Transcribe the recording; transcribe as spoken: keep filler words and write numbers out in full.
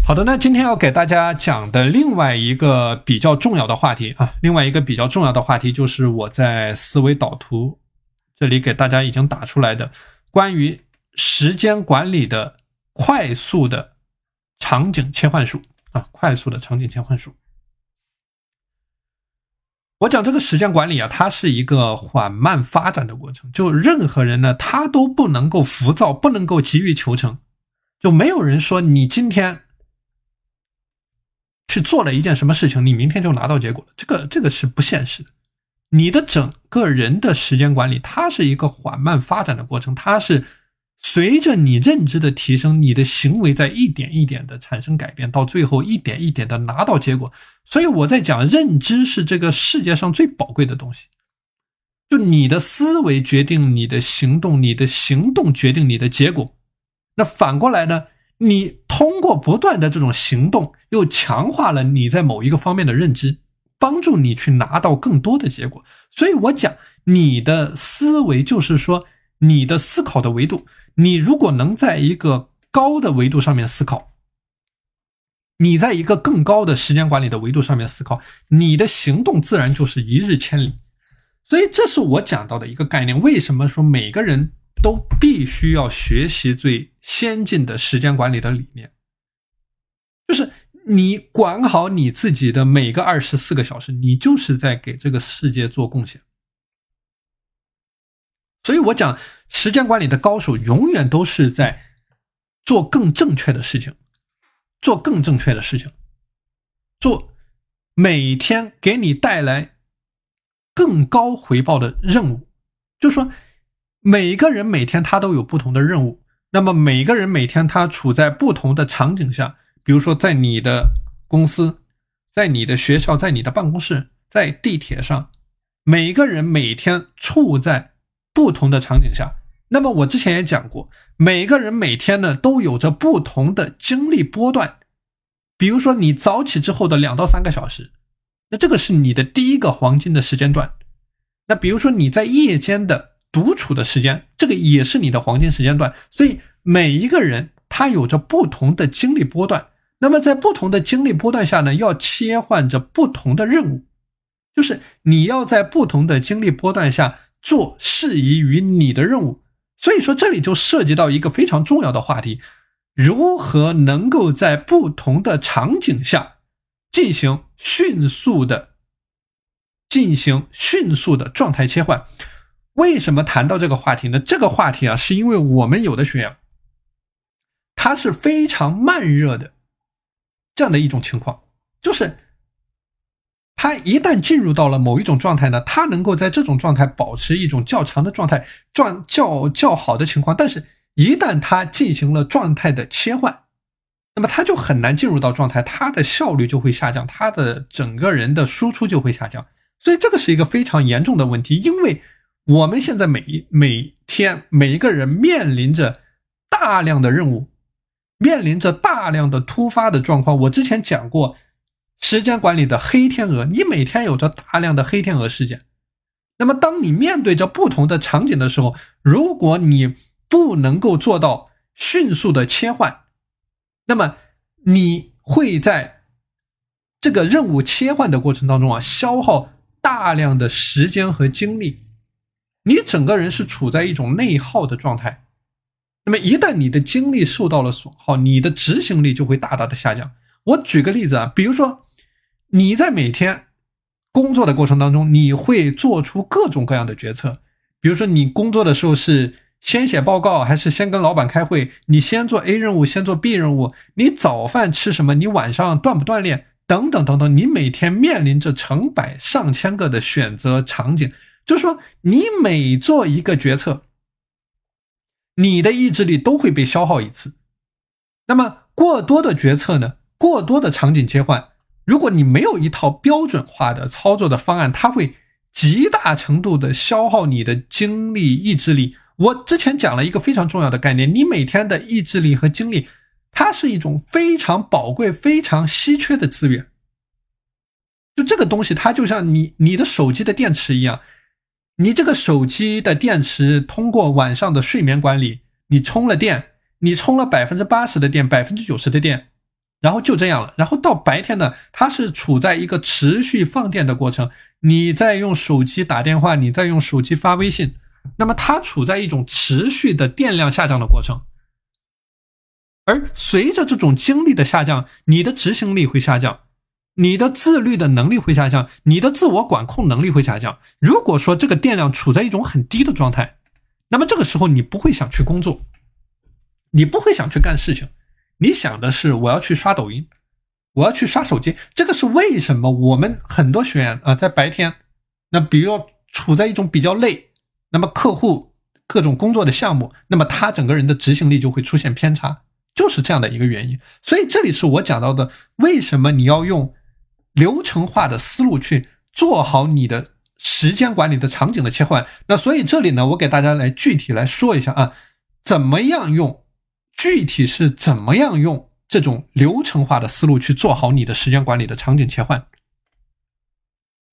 好的，那今天要给大家讲的另外一个比较重要的话题啊，另外一个比较重要的话题就是我在思维导图这里给大家已经打出来的关于时间管理的快速的场景切换术啊，快速的场景切换术。我讲这个时间管理啊，它是一个缓慢发展的过程，就任何人呢，他都不能够浮躁，不能够急于求成，就没有人说你今天去做了一件什么事情，你明天就拿到结果了，这个这个是不现实的。你的整个人的时间管理，它是一个缓慢发展的过程，它是随着你认知的提升，你的行为在一点一点的产生改变，到最后一点一点的拿到结果。所以我在讲，认知是这个世界上最宝贵的东西。就你的思维决定你的行动，你的行动决定你的结果。那反过来呢，你通过不断的这种行动，又强化了你在某一个方面的认知，帮助你去拿到更多的结果。所以我讲，你的思维就是说你的思考的维度，你如果能在一个高的维度上面思考，你在一个更高的时间管理的维度上面思考，你的行动自然就是一日千里。所以这是我讲到的一个概念，为什么说每个人都必须要学习最先进的时间管理的理念，就是你管好你自己的每个二十四个小时，你就是在给这个世界做贡献。所以我讲时间管理的高手永远都是在做更正确的事情，做更正确的事情，做每天给你带来更高回报的任务。就是说每个人每天他都有不同的任务，那么每个人每天他处在不同的场景下，比如说在你的公司，在你的学校，在你的办公室，在地铁上，每个人每天处在不同的场景下。那么我之前也讲过，每个人每天呢都有着不同的精力波段。比如说你早起之后的两到三个小时，那这个是你的第一个黄金的时间段。那比如说你在夜间的独处的时间，这个也是你的黄金时间段。所以每一个人他有着不同的精力波段，那么在不同的精力波段下呢，要切换着不同的任务，就是你要在不同的精力波段下做适宜于你的任务。所以说这里就涉及到一个非常重要的话题，如何能够在不同的场景下进行迅速的进行迅速的状态切换。为什么谈到这个话题呢？这个话题啊，是因为我们有的学员他是非常慢热的这样的一种情况，就是他一旦进入到了某一种状态呢，他能够在这种状态保持一种较长的状态，较较好的情况，但是一旦他进行了状态的切换，那么他就很难进入到状态，他的效率就会下降，他的整个人的输出就会下降。所以这个是一个非常严重的问题，因为我们现在每每天每一个人面临着大量的任务，面临着大量的突发的状况。我之前讲过时间管理的黑天鹅，你每天有着大量的黑天鹅事件。那么当你面对着不同的场景的时候，如果你不能够做到迅速的切换，那么你会在这个任务切换的过程当中啊，消耗大量的时间和精力，你整个人是处在一种内耗的状态。那么一旦你的精力受到了损耗，你的执行力就会大大的下降。我举个例子啊，比如说你在每天工作的过程当中，你会做出各种各样的决策。比如说你工作的时候是先写报告还是先跟老板开会，你先做 A 任务先做 B 任务，你早饭吃什么，你晚上锻不锻炼，等等等等，你每天面临着成百上千个的选择场景。就是说你每做一个决策，你的意志力都会被消耗一次。那么过多的决策呢，过多的场景切换，如果你没有一套标准化的操作的方案，它会极大程度的消耗你的精力意志力。我之前讲了一个非常重要的概念，你每天的意志力和精力，它是一种非常宝贵非常稀缺的资源。就这个东西它就像你你的手机的电池一样，你这个手机的电池通过晚上的睡眠管理，你充了电，你充了 百分之八十 的电 百分之九十 的电， 然后就这样了。然后到白天呢，它是处在一个持续放电的过程，你在用手机打电话，你在用手机发微信，那么它处在一种持续的电量下降的过程。而随着这种精力的下降，你的执行力会下降，你的自律的能力会下降，你的自我管控能力会下降。如果说这个电量处在一种很低的状态，那么这个时候你不会想去工作，你不会想去干事情，你想的是我要去刷抖音，我要去刷手机。这个是为什么我们很多学员啊，在白天，那比如说处在一种比较累，那么客户各种工作的项目，那么他整个人的执行力就会出现偏差，就是这样的一个原因。所以这里是我讲到的，为什么你要用流程化的思路去做好你的时间管理的场景的切换。那所以这里呢，我给大家来具体来说一下啊，怎么样用，具体是怎么样用这种流程化的思路去做好你的时间管理的场景切换。